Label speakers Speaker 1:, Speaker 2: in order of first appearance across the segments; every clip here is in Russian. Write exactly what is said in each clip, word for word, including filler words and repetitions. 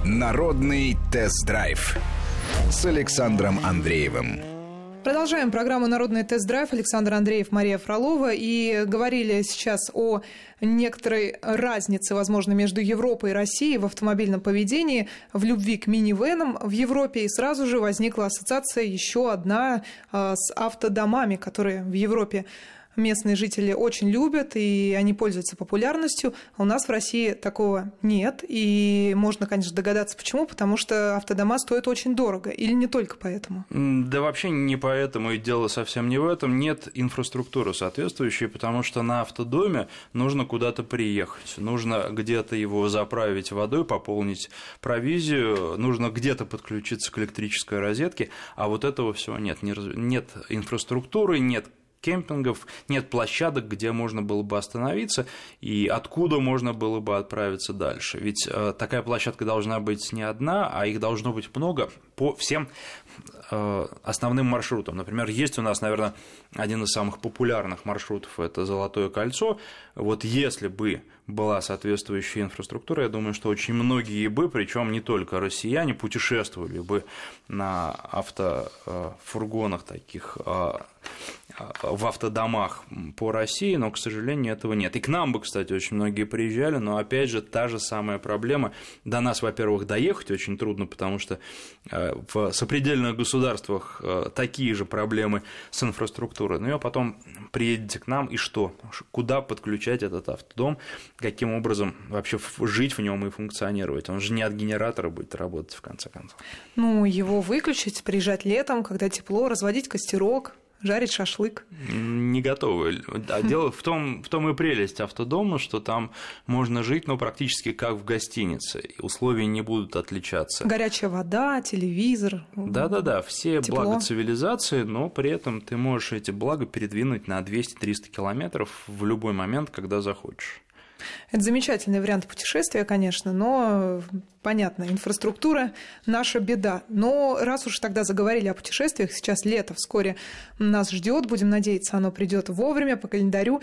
Speaker 1: Народный тест-драйв с Александром Андреевым.
Speaker 2: Продолжаем программу «Народный тест-драйв». Александр Андреев, Мария Фролова. И говорили сейчас о некоторой разнице, возможно, между Европой и Россией в автомобильном поведении, в любви к минивэнам в Европе. И сразу же возникла ассоциация еще одна а, с автодомами, которые в Европе местные жители очень любят, и они пользуются популярностью. А у нас в России такого нет. И можно, конечно, догадаться, почему. Потому что автодома стоят очень дорого. Или не только поэтому?
Speaker 3: Да вообще не поэтому, и дело совсем не в этом. Нет инфраструктуры соответствующей, потому что на автодоме нужно куда-то приехать. Нужно где-то его заправить водой, пополнить провизию, нужно где-то подключиться к электрической розетке, а вот этого всего нет. Нет инфраструктуры, нет кемпингов, нет площадок, где можно было бы остановиться и откуда можно было бы отправиться дальше. Ведь э, такая площадка должна быть не одна, а их должно быть много по всем э, основным маршрутам. Например, есть у нас, наверное, один из самых популярных маршрутов – это Золотое кольцо. Вот если бы была соответствующая инфраструктура, я думаю, что очень многие бы, причем не только россияне, путешествовали бы на автофургонах таких, в автодомах по России, но, к сожалению, этого нет. И к нам бы, кстати, очень многие приезжали, но, опять же, та же самая проблема. До нас, во-первых, доехать очень трудно, потому что в сопредельных государствах такие же проблемы с инфраструктурой. Ну и потом приедете к нам, и что? Куда подключать этот автодом? Каким образом вообще жить в нем и функционировать? Он же не от генератора будет работать, в конце концов.
Speaker 2: Ну, его выключить, приезжать летом, когда тепло, разводить костерок, жарить шашлык.
Speaker 3: Не готовы. А дело в том, в том и прелесть автодома, что там можно жить, ну, практически как в гостинице. И условия не будут отличаться.
Speaker 2: Горячая вода, телевизор.
Speaker 3: Да-да-да, все
Speaker 2: тепло.
Speaker 3: Блага цивилизации, но при этом ты можешь эти блага передвинуть на двести-триста километров в любой момент, когда захочешь.
Speaker 2: Это замечательный вариант путешествия, конечно, но понятно, инфраструктура – наша беда. Но раз уж тогда заговорили о путешествиях, сейчас лето вскоре нас ждет, будем надеяться, оно придет вовремя по календарю.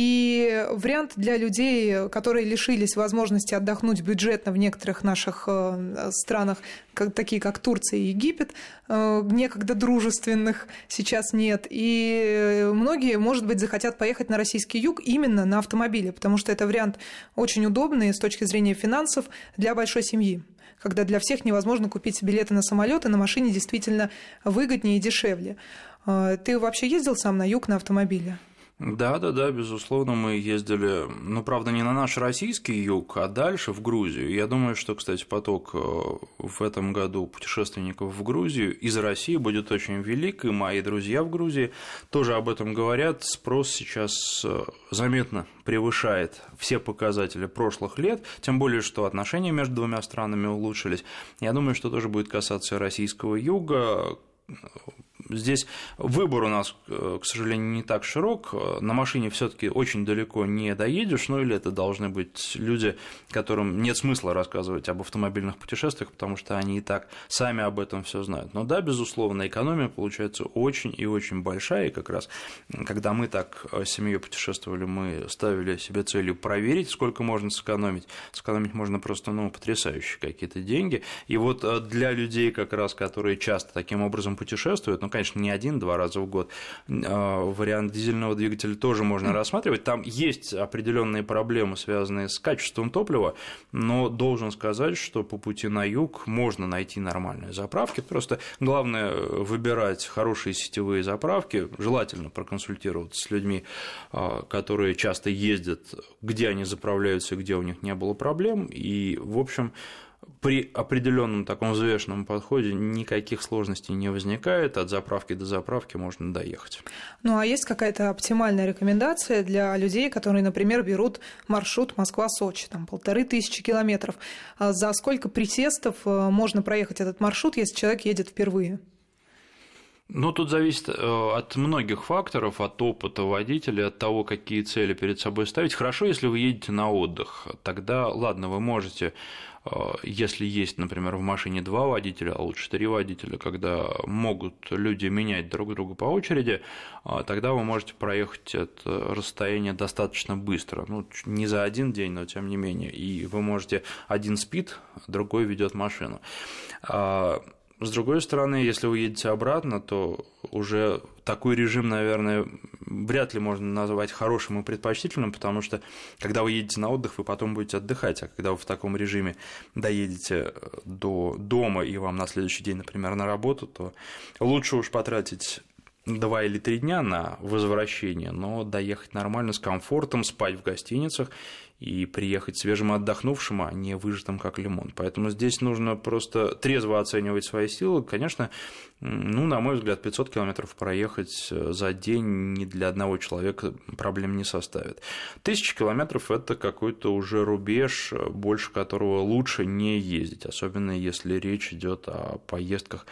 Speaker 2: И вариант для людей, которые лишились возможности отдохнуть бюджетно в некоторых наших странах, такие как Турция и Египет, некогда дружественных, сейчас нет. И многие, может быть, захотят поехать на российский юг именно на автомобиле, потому что это вариант очень удобный с точки зрения финансов для большой семьи, когда для всех невозможно купить билеты на самолет, и на машине действительно выгоднее и дешевле. Ты вообще ездил сам на юг на автомобиле?
Speaker 3: Да, да, да, безусловно, мы ездили, ну, правда, не на наш российский юг, а дальше, в Грузию. Я думаю, что, кстати, поток в этом году путешественников в Грузию из России будет очень велик, и мои друзья в Грузии тоже об этом говорят. Спрос сейчас заметно превышает все показатели прошлых лет, тем более, что отношения между двумя странами улучшились. Я думаю, что тоже будет касаться российского юга. Здесь выбор у нас, к сожалению, не так широк. На машине все-таки очень далеко не доедешь, ну или это должны быть люди, которым нет смысла рассказывать об автомобильных путешествиях, потому что они и так сами об этом все знают. Но да, безусловно, экономия получается очень и очень большая, и как раз когда мы так с семьей путешествовали, мы ставили себе целью проверить, сколько можно сэкономить. Сэкономить можно просто, ну, потрясающие какие-то деньги. И вот для людей, как раз, которые часто таким образом путешествуют, ну, конечно, не один-два раза в год, вариант дизельного двигателя тоже можно рассматривать. Там есть определенные проблемы, связанные с качеством топлива, но должен сказать, что по пути на юг можно найти нормальные заправки. Просто главное выбирать хорошие сетевые заправки, желательно проконсультироваться с людьми, которые часто ездят, где они заправляются, где у них не было проблем, и, в общем, при определенном таком взвешенном подходе никаких сложностей не возникает, от заправки до заправки можно доехать.
Speaker 2: Ну а есть какая-то оптимальная рекомендация для людей, которые, например, берут маршрут Москва-Сочи, там полторы тысячи километров? За сколько присестов можно проехать этот маршрут, если человек едет впервые?
Speaker 3: Ну, тут зависит от многих факторов, от опыта водителя, от того, какие цели перед собой ставить. Хорошо, если вы едете на отдых, тогда, ладно, вы можете, если есть, например, в машине два водителя, а лучше три водителя, когда могут люди менять друг друга по очереди, тогда вы можете проехать это расстояние достаточно быстро. Ну, не за один день, но тем не менее. И вы можете, один спит, другой ведет машину. С другой стороны, если вы едете обратно, то уже такой режим, наверное, вряд ли можно назвать хорошим и предпочтительным, потому что, когда вы едете на отдых, вы потом будете отдыхать, а когда вы в таком режиме доедете до дома и вам на следующий день, например, на работу, то лучше уж потратить два или три дня на возвращение, но доехать нормально, с комфортом, спать в гостиницах и приехать свежим отдохнувшим, а не выжатым как лимон. Поэтому здесь нужно просто трезво оценивать свои силы. Конечно, ну, на мой взгляд, пятьсот километров проехать за день ни для одного человека проблем не составит. Тысяча километров – это какой-то уже рубеж, больше которого лучше не ездить, особенно если речь идет о поездках.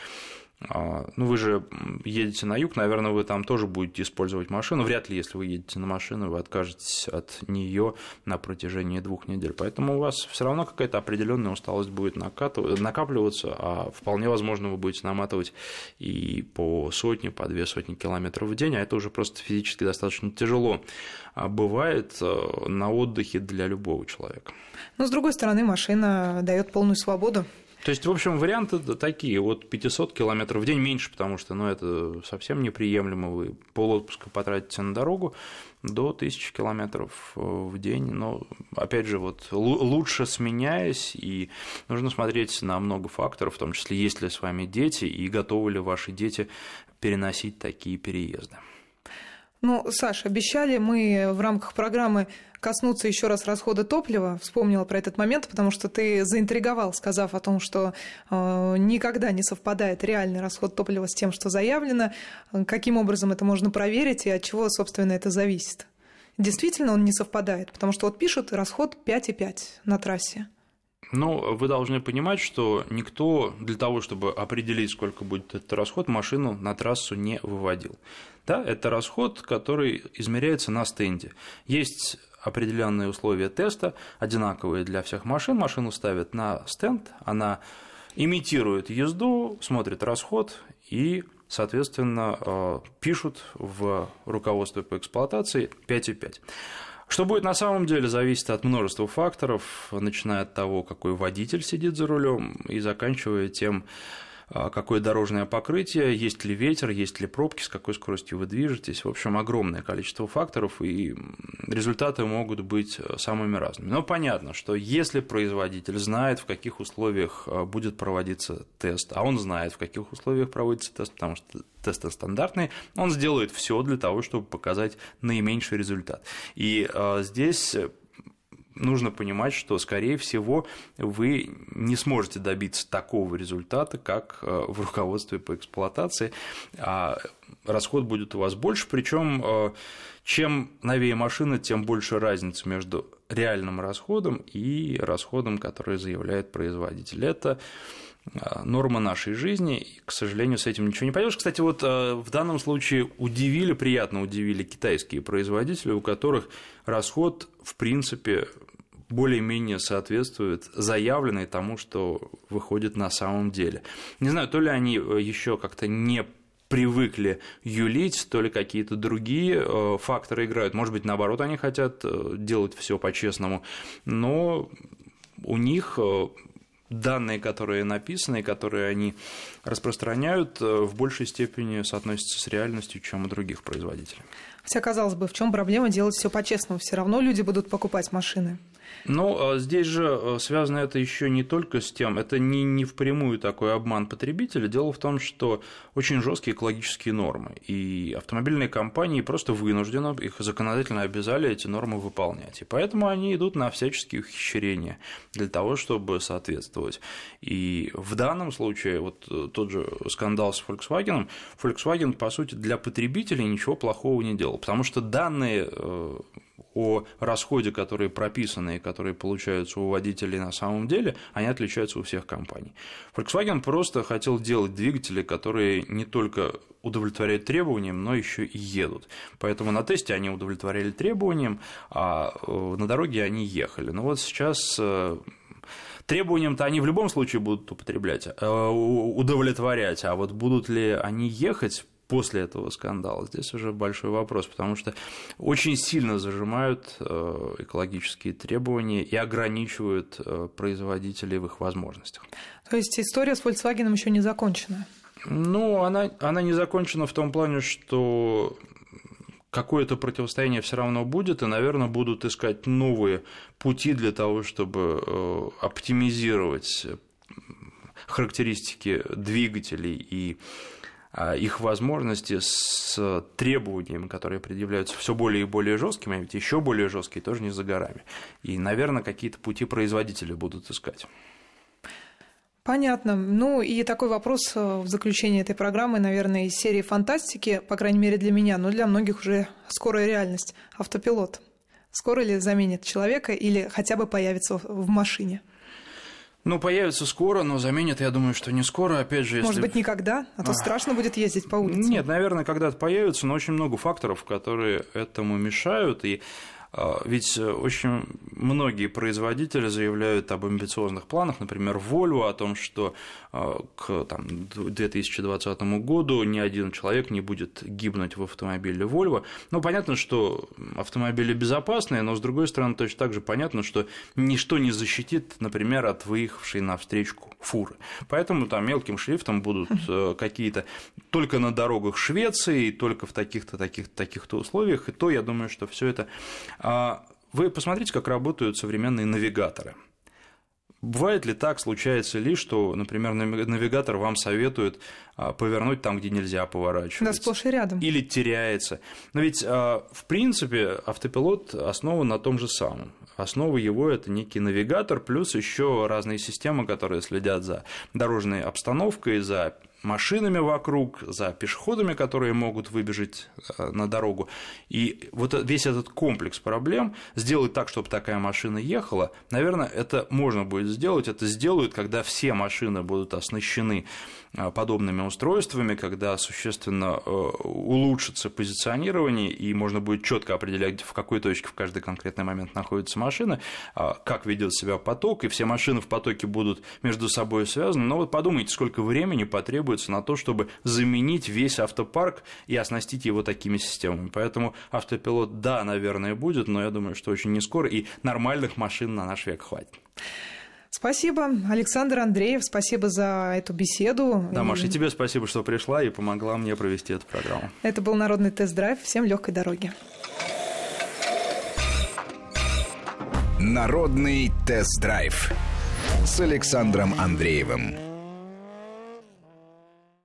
Speaker 3: Ну, вы же едете на юг, наверное, вы там тоже будете использовать машину. Вряд ли, если вы едете на машину, вы откажетесь от нее на протяжении двух недель. Поэтому у вас все равно какая-то определенная усталость будет накапливаться, а вполне возможно, вы будете наматывать и по сотне, по две сотни километров в день, а это уже просто физически достаточно тяжело бывает на отдыхе для любого человека.
Speaker 2: Но, с другой стороны, машина дает полную свободу.
Speaker 3: То есть, в общем, варианты такие, вот пятьсот километров в день, меньше, потому что, ну, это совсем неприемлемо, вы полотпуска потратите на дорогу, до тысячи километров в день, но, опять же, вот лучше сменяясь, и нужно смотреть на много факторов, в том числе, есть ли с вами дети, и готовы ли ваши дети переносить такие переезды.
Speaker 2: Ну, Саша, обещали мы в рамках программы коснуться еще раз расхода топлива. Вспомнила про этот момент, потому что ты заинтриговал, сказав о том, что э, никогда не совпадает реальный расход топлива с тем, что заявлено. Каким образом это можно проверить и от чего, собственно, это зависит? Действительно, он не совпадает, потому что вот пишут расход пять и пять на трассе.
Speaker 3: Ну, вы должны понимать, что никто для того, чтобы определить, сколько будет этот расход, машину на трассу не выводил. Да, это расход, который измеряется на стенде. Есть определенные условия теста, одинаковые для всех машин. Машину ставят на стенд, она имитирует езду, смотрит расход и, соответственно, пишут в руководстве по эксплуатации пять и пять. Что будет на самом деле, зависит от множества факторов, начиная от того, какой водитель сидит за рулем, и заканчивая тем, какое дорожное покрытие, есть ли ветер, есть ли пробки, с какой скоростью вы движетесь. В общем, огромное количество факторов, и результаты могут быть самыми разными. Но понятно, что если производитель знает, в каких условиях будет проводиться тест, а он знает, в каких условиях проводится тест, потому что тесты стандартные, он сделает все для того, чтобы показать наименьший результат. И здесь нужно понимать, что, скорее всего, вы не сможете добиться такого результата, как в руководстве по эксплуатации, а расход будет у вас больше, причем чем новее машина, тем больше разница между реальным расходом и расходом, который заявляет производитель. Это норма нашей жизни, и, к сожалению, с этим ничего не поделаешь. Кстати, вот в данном случае удивили, приятно удивили китайские производители, у которых расход, в принципе, более-менее соответствует заявленной тому, что выходит на самом деле. Не знаю, то ли они еще как-то не привыкли юлить, то ли какие-то другие факторы играют. Может быть, наоборот, они хотят делать все по-честному, но у них данные, которые написаны, которые они распространяют, в большей степени соотносятся с реальностью, чем у других производителей.
Speaker 2: Хотя, казалось бы, в чем проблема делать все по-честному? Все равно люди будут покупать машины.
Speaker 3: Ну, здесь же связано это еще не только с тем, это не, не впрямую такой обман потребителя. Дело в том, что очень жесткие экологические нормы, и автомобильные компании просто вынуждены, их законодательно обязали эти нормы выполнять. И поэтому они идут на всяческие ухищрения для того, чтобы соответствовать. И в данном случае, вот тот же скандал с Volkswagen, Volkswagen, по сути, для потребителей ничего плохого не делал. дело, потому что данные о расходе, которые прописаны и которые получаются у водителей на самом деле, они отличаются у всех компаний. Volkswagen просто хотел делать двигатели, которые не только удовлетворяют требованиям, но еще и едут. Поэтому на тесте они удовлетворяли требованиям, а на дороге они ехали. Но вот сейчас требованиям-то они в любом случае будут употреблять, удовлетворять, а вот будут ли они ехать после этого скандала, здесь уже большой вопрос, потому что очень сильно зажимают экологические требования и ограничивают производителей в их возможностях.
Speaker 2: То есть история с Volkswagen еще не закончена?
Speaker 3: Ну, она, она не закончена в том плане, что какое-то противостояние все равно будет, и, наверное, будут искать новые пути для того, чтобы оптимизировать характеристики двигателей и их возможности с требованиями, которые предъявляются все более и более жесткими, а ведь еще более жесткие тоже не за горами. И, наверное, какие-то пути производители будут искать.
Speaker 2: Понятно. Ну и такой вопрос в заключение этой программы, наверное, из серии фантастики, по крайней мере для меня, но для многих уже скорая реальность. Автопилот. Скоро ли заменит человека или хотя бы появится в машине?
Speaker 3: Ну, появится скоро, но заменят, я думаю, что не скоро, опять же, если...
Speaker 2: Может быть, никогда? А то страшно будет ездить по улице.
Speaker 3: Нет, наверное, когда-то появится, но очень много факторов, которые этому мешают, и ведь очень многие производители заявляют об амбициозных планах, например, Volvo, о том, что к там, две тысячи двадцатому году ни один человек не будет гибнуть в автомобиле Volvo. Ну, понятно, что автомобили безопасные, но, с другой стороны, точно так же понятно, что ничто не защитит, например, от выехавшей навстречу фуры. Поэтому там мелким шрифтом будут какие-то только на дорогах Швеции, только в таких-то, таких-то, таких-то условиях, и то, я думаю, что все это... Вы посмотрите, как работают современные навигаторы. Бывает ли так, случается ли, что, например, навигатор вам советует повернуть там, где нельзя поворачивать?
Speaker 2: Да, сплошь и рядом.
Speaker 3: Или теряется. Но ведь, в принципе, автопилот основан на том же самом. Основа его – это некий навигатор, плюс еще разные системы, которые следят за дорожной обстановкой, за машинами вокруг, за пешеходами, которые могут выбежать на дорогу. И вот весь этот комплекс проблем, сделать так, чтобы такая машина ехала, наверное, это можно будет сделать. Это сделают, когда все машины будут оснащены подобными устройствами, когда существенно улучшится позиционирование, и можно будет четко определять, в какой точке в каждый конкретный момент находится машина, как ведет себя поток, и все машины в потоке будут между собой связаны. Но вот подумайте, сколько времени потребуется на то, чтобы заменить весь автопарк и оснастить его такими системами. Поэтому автопилот, да, наверное, будет, но я думаю, что очень не скоро, и нормальных машин на наш век хватит.
Speaker 2: Спасибо, Александр Андреев, спасибо за эту беседу.
Speaker 3: Да, Маша, и тебе спасибо, что пришла и помогла мне провести эту программу.
Speaker 2: Это был Народный тест-драйв. Всем легкой дороги.
Speaker 1: Народный тест-драйв с Александром Андреевым.